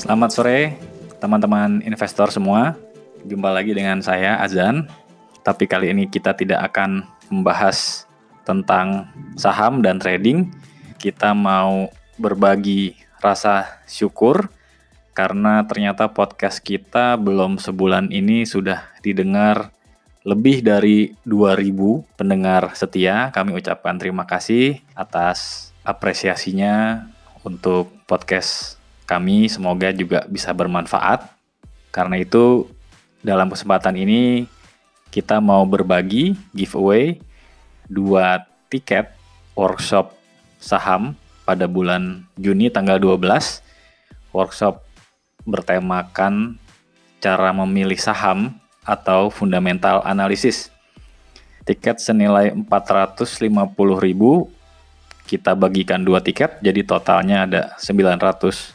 Selamat sore teman-teman investor semua. Jumpa lagi dengan saya Azan. Tapi kali ini kita tidak akan membahas tentang saham dan trading. Kita mau berbagi rasa syukur karena ternyata podcast kita belum sebulan ini sudah didengar lebih dari 2.000 pendengar setia. Kami ucapkan terima kasih atas apresiasinya untuk podcast kami, semoga juga bisa bermanfaat. Karena itu dalam kesempatan ini kita mau berbagi giveaway 2 tiket workshop saham pada bulan Juni tanggal 12. Workshop bertemakan cara memilih saham atau fundamental analisis. Tiket senilai 450.000, kita bagikan 2 tiket, jadi totalnya ada 900.000.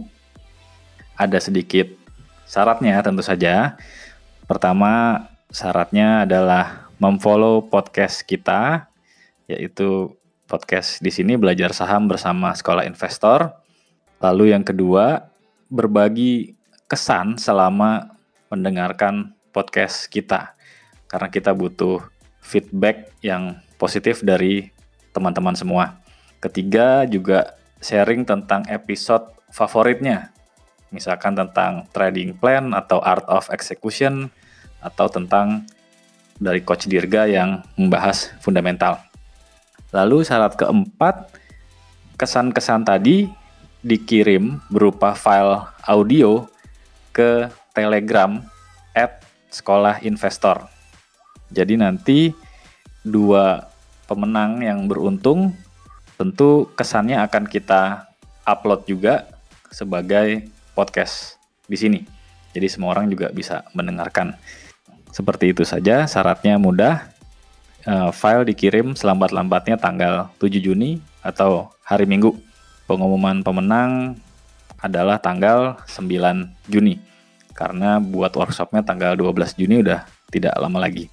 Ada sedikit syaratnya tentu saja. Pertama, syaratnya adalah memfollow podcast kita, yaitu podcast di sini Belajar Saham bersama Sekolah Investor. Lalu yang kedua, berbagi kesan selama mendengarkan podcast kita, karena kita butuh feedback yang positif dari teman-teman semua. Ketiga, juga sharing tentang episode favoritnya, misalkan tentang trading plan atau art of execution, atau tentang dari Coach Dirga yang membahas fundamental. Lalu syarat keempat, kesan-kesan tadi dikirim berupa file audio ke Telegram @Sekolah Investor. Jadi nanti 2 pemenang yang beruntung, tentu kesannya akan kita upload juga sebagai podcast di sini. Jadi semua orang juga bisa mendengarkan. Seperti itu saja, syaratnya mudah. File dikirim selambat-lambatnya tanggal 7 Juni atau hari Minggu. Pengumuman pemenang adalah tanggal 9 Juni. Karena buat workshopnya tanggal 12 Juni udah tidak lama lagi.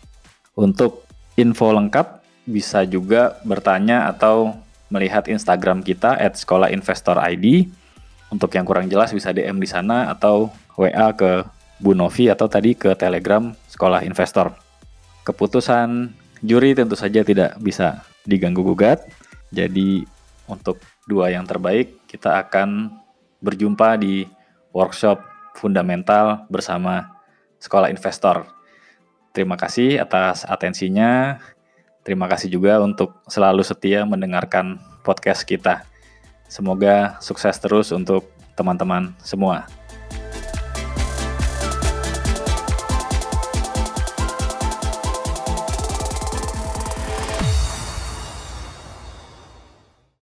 Untuk info lengkap bisa juga bertanya atau melihat Instagram kita @sekolahinvestor.id. Untuk yang kurang jelas bisa DM di sana atau WA ke Bu Novi atau tadi ke Telegram Sekolah Investor. Keputusan juri tentu saja tidak bisa diganggu-gugat. Jadi untuk 2 yang terbaik kita akan berjumpa di workshop fundamental bersama Sekolah Investor. Terima kasih atas atensinya. Terima kasih juga untuk selalu setia mendengarkan podcast kita. Semoga sukses terus untuk teman-teman semua.